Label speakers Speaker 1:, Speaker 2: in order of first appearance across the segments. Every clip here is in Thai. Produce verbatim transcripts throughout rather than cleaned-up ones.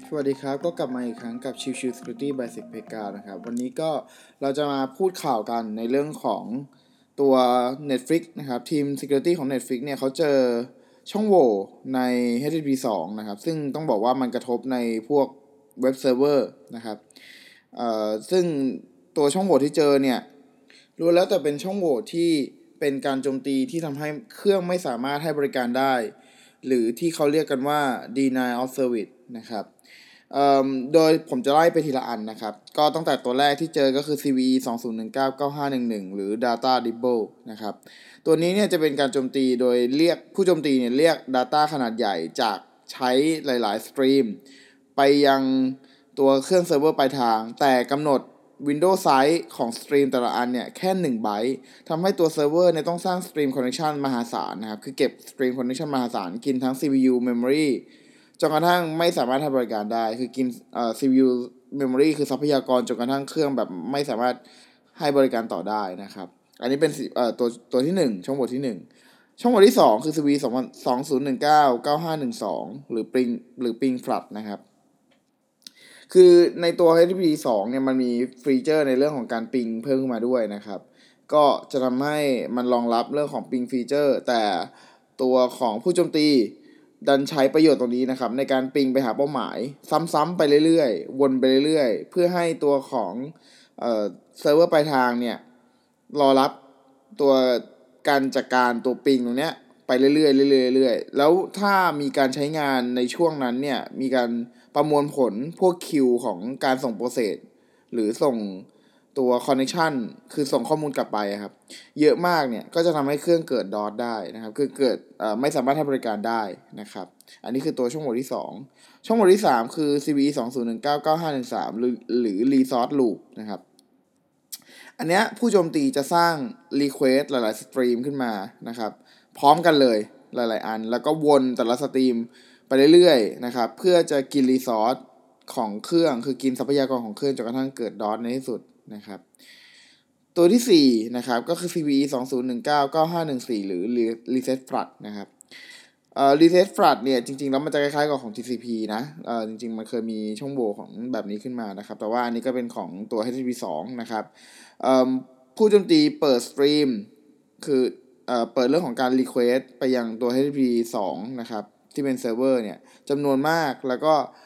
Speaker 1: สวัสดีครับก็กลับมาอีกครั้งกับชิวชิว Security by สิบเพกานะครับวันนี้ก็เราจะมาพูดข่าวกันในเรื่องของตัว Netflix นะครับทีม Security ของ Netflix เนี่ยเขาเจอช่องโหว่ใน เอช ที ที พี ทู นะครับซึ่งต้องบอกว่ามันกระทบในพวกเว็บเซิร์ฟเวอร์นะครับเอ่อซึ่งตัวช่องโหว่ที่เจอเนี่ยรู้แล้วแต่เป็นช่องโหว่ที่เป็นการโจมตีที่ทำให้เครื่องไม่สามารถให้บริการได้หรือที่เขาเรียกกันว่า denial of service นะครับโดยผมจะไล่ไปทีละอันนะครับก็ตั้งแต่ตัวแรกที่เจอก็คือ ซี วี อี สอง ศูนย์ หนึ่ง เก้า เก้า ห้า หนึ่ง หนึ่ง หรือ Data Dribble นะครับตัวนี้เนี่ยจะเป็นการโจมตีโดยเรียกผู้โจมตีเนี่ยเรียก Data ขนาดใหญ่จากใช้หลายๆสตรีมไปยังตัวเครื่องเซิร์ฟเวอร์ปลายทางแต่กำหนด Windows size ของสตรีมแต่ละอันเนี่ยแค่หนึ่งไบต์ทำให้ตัวเซิร์ฟเวอร์เนี่ยต้องสร้างสตรีมคอนเนคชันมหาศาลนะครับคือเก็บสตรีมคอนเนคชันมหาศาลกินทั้ง ซี พี ยู Memory จนกระทั่งไม่สามารถทำบริการได้คือกินเอ่อ ซี พี ยู Memory คือทรัพยากรจนกระทั่งเครื่องแบบไม่สามารถให้บริการต่อได้นะครับอันนี้เป็นเอ่อตัวตัวที่หนึ่งช่องโหว่ที่หนึ่งช่องโหว่ที่สองคือ ซี วี อี สอง ศูนย์ หนึ่ง เก้า เก้า ห้า หนึ่ง สองหรือ Ping หรือ Ping Flood นะครับคือในตัว เอช ที ที พี ทู เนี่ยมันมีฟีเจอร์ในเรื่องของการปิงเพิ่มขึ้นมาด้วยนะครับก็จะทำให้มันรองรับเรื่องของปิงฟีเจอร์แต่ตัวของผู้โจมตีดันใช้ประโยชน์ตรงนี้นะครับในการปิงไปหาเป้าหมายซ้ำๆไปเรื่อยๆวนไปเรื่อยๆเพื่อให้ตัวของเอ่อเซิร์ฟเวอร์ปลายทางเนี่ยรอรับตัวการจัดการตัวปิงตรงเนี้ยไปเรื่อยๆเรื่อยๆเรื่อยๆแล้วถ้ามีการใช้งานในช่วงนั้นเนี่ยมีการประมวลผลพวกคิวของการส่งโปรเซสหรือส่งตัวคอนเนคชันคือส่งข้อมูลกลับไปครับเยอะมากเนี่ยก็จะทำให้เครื่องเกิดดอทได้นะครับคือเกิดไม่สามารถให้บริการได้นะครับอันนี้คือตัวช่องโหว่ที่สองช่องโหว่ที่สามคือ ซี วี อี สอง ศูนย์ หนึ่ง เก้า เก้า ห้า หนึ่ง สาม หรือหรือ Resource Loop นะครับอันเนี้ยผู้โจมตีจะสร้าง Request หลายๆสตรีมขึ้นมานะครับพร้อมกันเลยหลายๆอันแล้วก็วนแต่ละสตรีมไปเรื่อยๆนะครับเพื่อจะกิน Resource ของเครื่องคือกินทรัพยากรของเครื่องจนกระทั่งเกิดดอทในที่สุดนะครับตัวที่สี่นะครับก็คือ ซี วี อี สอง ศูนย์ หนึ่ง เก้า เก้า ห้า หนึ่ง สี่ หรือ Reset Flood นะครับเอ่อ Reset Flood เนี่ยจริงๆแล้วมันจะคล้ายๆกับของ ที ซี พี นะเอ่อจริงๆมันเคยมีช่องโหว่ของแบบนี้ขึ้นมานะครับแต่ว่าอันนี้ก็เป็นของตัว เอช ที ที พี ทู นะครับเอ่อผู้โจมตีเปิดสตรีมคือเอ่อเปิดเรื่องของการ Request ไปยังตัว เอช ที ที พี ทู นะครับที่เป็นเซิร์ฟเวอร์เนี่ยจำนวนมากแล้วก็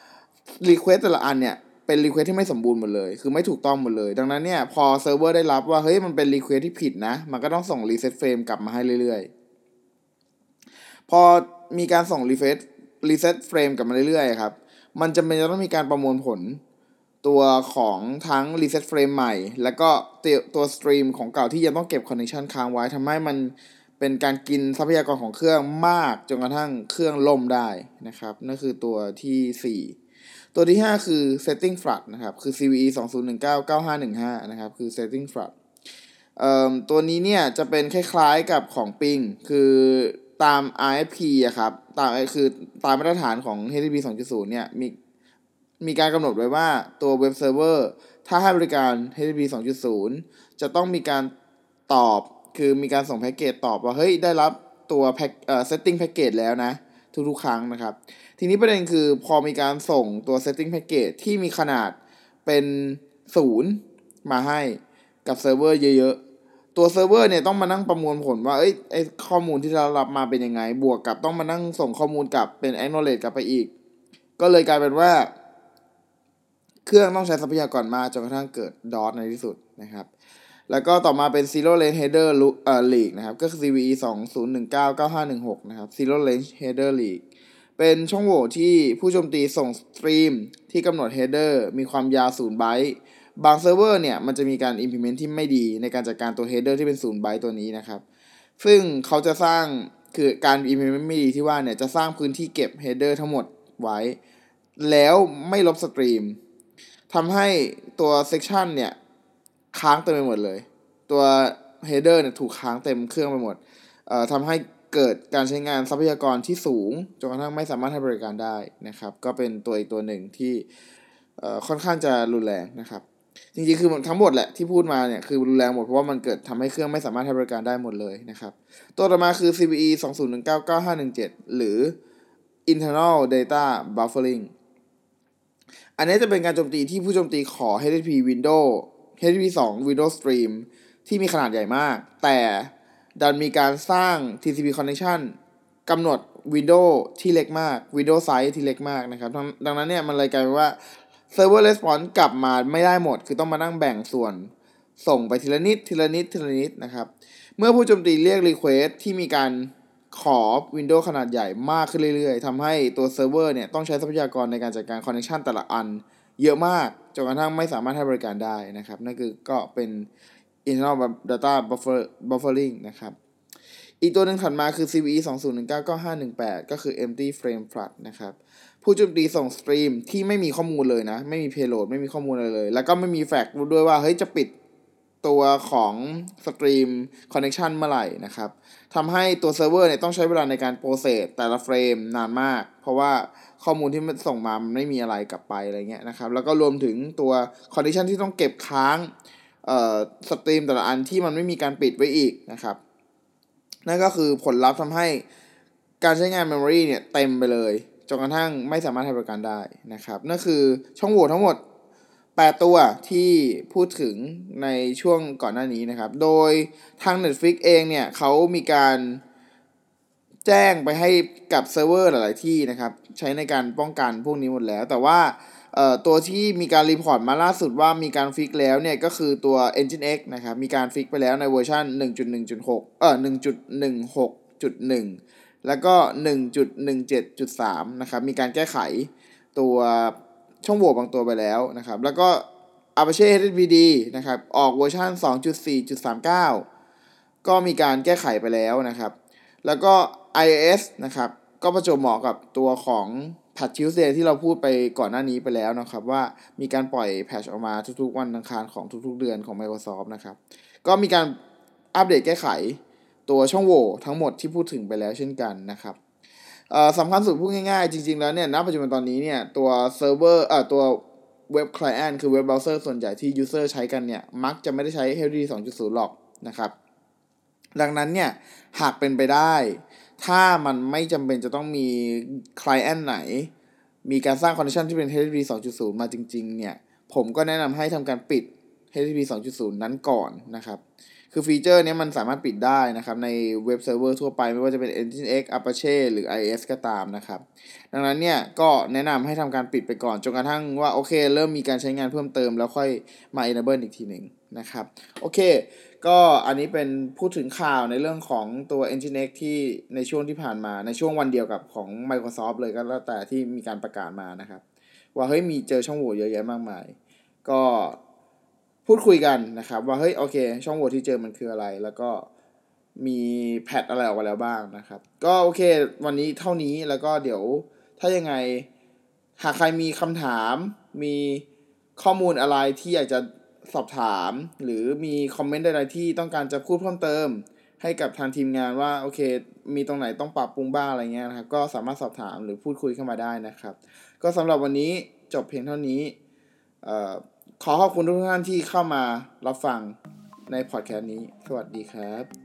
Speaker 1: Request แต่ละอันเนี่ยเป็น Request ที่ไม่สมบูรณ์หมดเลยคือไม่ถูกต้องหมดเลยดังนั้นเนี่ยพอเซิร์ฟเวอร์ได้รับว่าเฮ้ยมันเป็น Request ที่ผิดนะมันก็ต้องส่ง Reset Frame กลับมาให้เรื่อยๆพอมีการส่ง Reset Reset Frame กลับมาเรื่อยๆครับมันจำเป็นจะต้องมีการประมวลผลตัวของทั้ง Reset Frame ใหม่แล้วก็ตัวสตรีมของเก่าที่ยังต้องเก็บ Connection ค้างไว้ทำให้มันเป็นการกินทรัพยากรของเครื่องมากจนกระทั่งเครื่องล่มได้นะครับนั่นคือตัวที่สี่ตัวที่ห้าคือ setting flood นะครับคือ ซี วี อี สอง ศูนย์ หนึ่ง เก้า เก้า ห้า หนึ่ง ห้านะครับคือ setting flood เอ่อตัวนี้เนี่ยจะเป็นคล้ายๆกับของ Ping คือตาม อาร์ เอฟ พี อะครับตามคือตามมาตรฐานของ เอช ที ที พี สองจุดศูนย์ เนี่ยมีมีการกำหนดไว้ว่าตัวเว็บเซิร์ฟเวอร์ถ้าให้บริการ เอช ที ที พี สองจุดศูนย์ จะต้องมีการตอบคือมีการส่งแพ็กเกจตอบว่าเฮ้ยได้รับตัวแพ็กเอ่อ setting package แล้วนะทุกๆครั้งนะครับทีนี้ประเด็นคือพอมีการส่งตัว setting package ที่มีขนาดเป็นศูนย์มาให้กับเซิร์ฟเวอร์เยอะๆตัวเซิร์ฟเวอร์เนี่ยต้องมานั่งประมวลผลว่าเอ้ยไอข้อมูลที่เรารับมาเป็นยังไงบวกกับต้องมานั่งส่งข้อมูลกลับเป็น acknowledge กลับไปอีกก็เลยกลายเป็นว่าเครื่องต้องใช้ทรัพยากรมากจนกระทั่งเกิดดอทในที่สุดนะครับแล้วก็ต่อมาเป็น Zero Range Header เอ่อ Leak นะครับก็คือ ซี วี อี สอง ศูนย์ หนึ่ง เก้า เก้า ห้า หนึ่ง หกนะครับ Zero Range Header Leak เป็นช่องโหว่ที่ผู้โจมตีส่งสตรีมที่กำหนด header มีความยาวศูนย์ไบต์บางเซิร์ฟเวอร์เนี่ยมันจะมีการ implement ที่ไม่ดีในการจัดการตัว header ที่เป็นศูนย์ไบต์ตัวนี้นะครับซึ่งเขาจะสร้างคือการ implement ไม่ดีที่ว่าเนี่ยจะสร้างพื้นที่เก็บ header ทั้งหมดไว้แล้วไม่ลบสตรีมทำให้ตัว section เนี่ยค้างเต็มไปหมดเลยตัว header เนี่ยถูกค้างเต็มเครื่องไปหมดเอ่อทำให้เกิดการใช้งานทรัพยากรที่สูงจนกระทั่งไม่สามารถให้บริการได้นะครับก็เป็นตัวอีกตัวหนึ่งที่เอ่อค่อนข้างจะรุนแรงนะครับจริงๆคือทั้งหมดแหละที่พูดมาเนี่ยคือรุนแรงหมดเพราะว่ามันเกิดทำให้เครื่องไม่สามารถให้บริการได้หมดเลยนะครับตัวต่อมาคือ ซี วี อี สอง ศูนย์ หนึ่ง เก้า เก้า ห้า หนึ่ง เจ็ด หรือ internal data buffering อันนี้จะเป็นการโจมตีที่ผู้โจมตีขอ เอช ที ที พี Windows เอช ที ที พี ทู Windows Stream ที่มีขนาดใหญ่มากแต่ดันมีการสร้าง ที ซี พี Connection กำหนด Windows ที่เล็กมาก Windows Size ที่เล็กมากนะครับดังนั้นเนี่ยมันเลยกลายเป็นว่า Server Response กลับมาไม่ได้หมดคือต้องมานั่งแบ่งส่วนส่งไปทีละนิดทีละนิดทีละนิดนะครับเมื่อผู้โจมตีเรียก Request ที่มีการขอ Windows ขนาดใหญ่มากขึ้นเรื่อยๆทำให้ตัวเซิร์ฟเวอร์เนี่ยต้องใช้ทรัพยากรในการจัดการ Connection แต่ละอันเยอะมากจนกระทั่งไม่สามารถให้บริการได้นะครับนั่นคือก็เป็น internal data buffer buffering นะครับอีกตัวหนึ่งถัดมาคือ ซี วี อี สองศูนย์หนึ่งเก้า เก้าห้าหนึ่งแปด ก็คือ empty frame flood นะครับผู้โจมตีส่งสตรีมที่ไม่มีข้อมูลเลยนะไม่มี payload ไม่มีข้อมูลอะไรเลยแล้วก็ไม่มีแฟกต์ด้วยว่าเฮ้ยจะปิดตัวของสตรีมคอนเนคชันเมื่อไหร่นะครับทำให้ตัวเซิร์ฟเวอร์เนี่ยต้องใช้เวลาในการโปรเซสแต่ละเฟรมนานมากเพราะว่าข้อมูลที่มันส่งมามันไม่มีอะไรกลับไปอะไรเงี้ยนะครับแล้วก็รวมถึงตัวคอนดิชันที่ต้องเก็บค้างเอ่อสตรีมแต่ละอันที่มันไม่มีการปิดไว้อีกนะครับนั่นก็คือผลลัพธ์ทำให้การใช้งาน memory เนี่ยเต็มไปเลยจนกระทั่งไม่สามารถให้บริการได้นะครับนั่นคือช่องโหว่ทั้งหมดแปดตัวที่พูดถึงในช่วงก่อนหน้านี้นะครับโดยทาง Netflix เองเนี่ยเขามีการแจ้งไปให้กับเซิร์ฟเวอร์หลายๆที่นะครับใช้ในการป้องกันพวกนี้หมดแล้วแต่ว่าเอ่อตัวที่มีการรีพอร์ตมาล่าสุดว่ามีการฟิกแล้วเนี่ยก็คือตัว Nginx นะครับมีการฟิกไปแล้วในเวอร์ชัน หนึ่งจุดหนึ่งจุดหก เอ่อ หนึ่งจุดหนึ่งหกจุดหนึ่ง แล้วก็ หนึ่งจุดหนึ่งเจ็ดจุดสาม นะครับมีการแก้ไขตัวช่องโหว่บางตัวไปแล้วนะครับแล้วก็ Apache เอช ที ที พี ดี นะครับออกเวอร์ชัน สองจุดสี่จุดสามเก้า ก็มีการแก้ไขไปแล้วนะครับแล้วก็ ไอ โอ เอส นะครับก็ประจวบเหมาะกับตัวของ Patch Tuesday ที่เราพูดไปก่อนหน้านี้ไปแล้วนะครับว่ามีการปล่อยแพทช์ออกมาทุกๆวันอังคารของทุกๆเดือนของ Microsoft นะครับก็มีการอัปเดตแก้ไขตัวช่องโหว่ทั้งหมดที่พูดถึงไปแล้วเช่นกันนะครับเอ่อสำคัญสุดพูดง่ายๆจริงๆแล้วเนี่ยณปัจจุบันตอนนี้เนี่ยตัวเซิร์ฟเวอร์เอ่อตัวเว็บ Client คือเว็บเบราว์เซอร์ส่วนใหญ่ที่ User ใช้กันเนี่ยมักจะไม่ได้ใช้ เอช ที ที พี สองจุดศูนย์ หรอกนะครับดังนั้นเนี่ยหากเป็นไปได้ถ้ามันไม่จำเป็นจะต้องมี Client ไหนมีการสร้าง Connection ที่เป็น เอช ที ที พี สองจุดศูนย์ มาจริงๆเนี่ยผมก็แนะนำให้ทำการปิด เอช ที ที พี สองจุดศูนย์ นั้นก่อนนะครับคือฟีเจอร์นี้มันสามารถปิดได้นะครับในเว็บเซิร์ฟเวอร์ทั่วไปไม่ว่าจะเป็น Nginx Apache หรือ ไอ โอ เอส ก็ตามนะครับดังนั้นเนี่ยก็แนะนำให้ทำการปิดไปก่อนจนกระทั่งว่าโอเคเริ่มมีการใช้งานเพิ่มเติมแล้วค่อยมา enable อีกทีหนึ่งนะครับโอเคก็อันนี้เป็นพูดถึงข่าวในเรื่องของตัว Nginx ที่ในช่วงที่ผ่านมาในช่วงวันเดียวกับของ Microsoft เลยก็แล้วแต่ที่มีการประกาศมานะครับว่าเฮ้ยมีเจอช่องโหว่เยอะแยะมากมายก็พูดคุยกันนะครับว่าเฮ้ยโอเคช่องโหว่ที่เจอมันคืออะไรแล้วก็มีแพทอะไรออกมาแล้วบ้างนะครับก็โอเควันนี้เท่านี้แล้วก็เดี๋ยวถ้ายังไงหากใครมีคำถามมีข้อมูลอะไรที่อยากจะสอบถามหรือมีคอมเมนต์ใดๆที่ต้องการจะพูดเพิ่มเติมให้กับทางทีมงานว่าโอเคมีตรงไหนต้องปรับปรุงบ้างอะไรเงี้ยนะครับก็สามารถสอบถามหรือพูดคุยเข้ามาได้นะครับก็สำหรับวันนี้จบเพียงเท่านี้เอ่อขอขอบคุณทุกท่านที่เข้ามารับฟังในพอดแคสต์นี้สวัสดีครับ